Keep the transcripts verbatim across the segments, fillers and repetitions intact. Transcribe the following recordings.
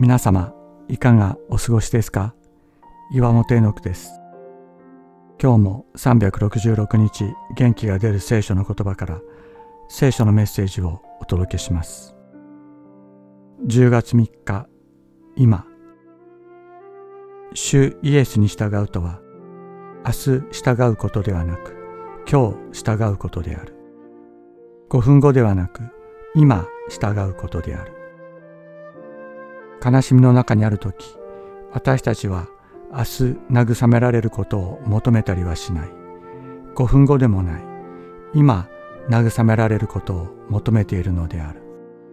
皆様いかがお過ごしですか？岩本絵の句です。今日もさんびゃくろくじゅうろくにち元気が出る聖書の言葉から聖書のメッセージをお届けします。じゅうがつみっか、今。主イエスに従うとは、明日従うことではなく、今日従うことである。ごふんごではなく、今従うことである。悲しみの中にあるとき、私たちは明日慰められることを求めたりはしない。ごふんごでもない。今慰められることを求めているのである。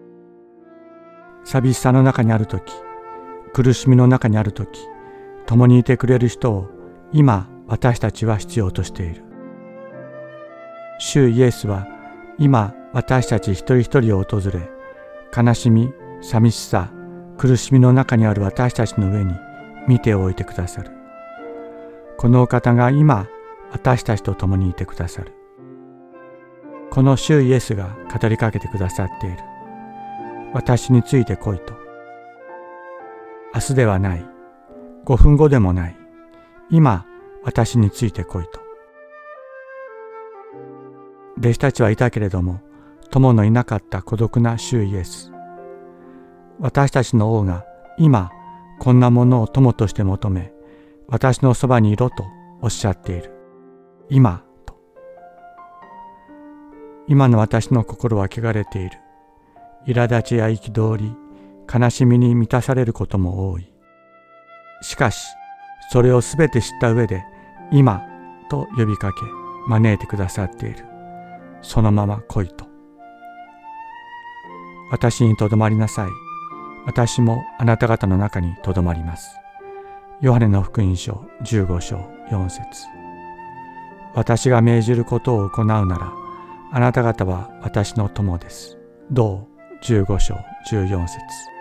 寂しさの中にあるとき、苦しみの中にあるとき、共にいてくれる人を今私たちは必要としている。主イエスは今私たち一人一人を訪れ、悲しみ、寂しさ、苦しみの中にある私たちの上に見ておいてくださる。このお方が今私たちと共にいてくださる。この主イエスが語りかけてくださっている。私について来いと。明日ではない。ごふんごでもない。今私について来いと。弟子たちはいたけれども、友のいなかった孤独な主イエス。私たちの王が今こんなものを友として求め、私のそばにいろとおっしゃっている。今と。今の私の心は汚れている。苛立ちや憤り、悲しみに満たされることも多い。しかし、それをすべて知った上で、今と呼びかけ、招いてくださっている。そのまま来いと。私にとどまりなさい。私もあなた方の中にとどまります。ヨハネの福音書じゅうごしょうよんせつ。私が命じることを行うなら、あなた方は私の友です。同じゅうごしょうじゅうよんせつ。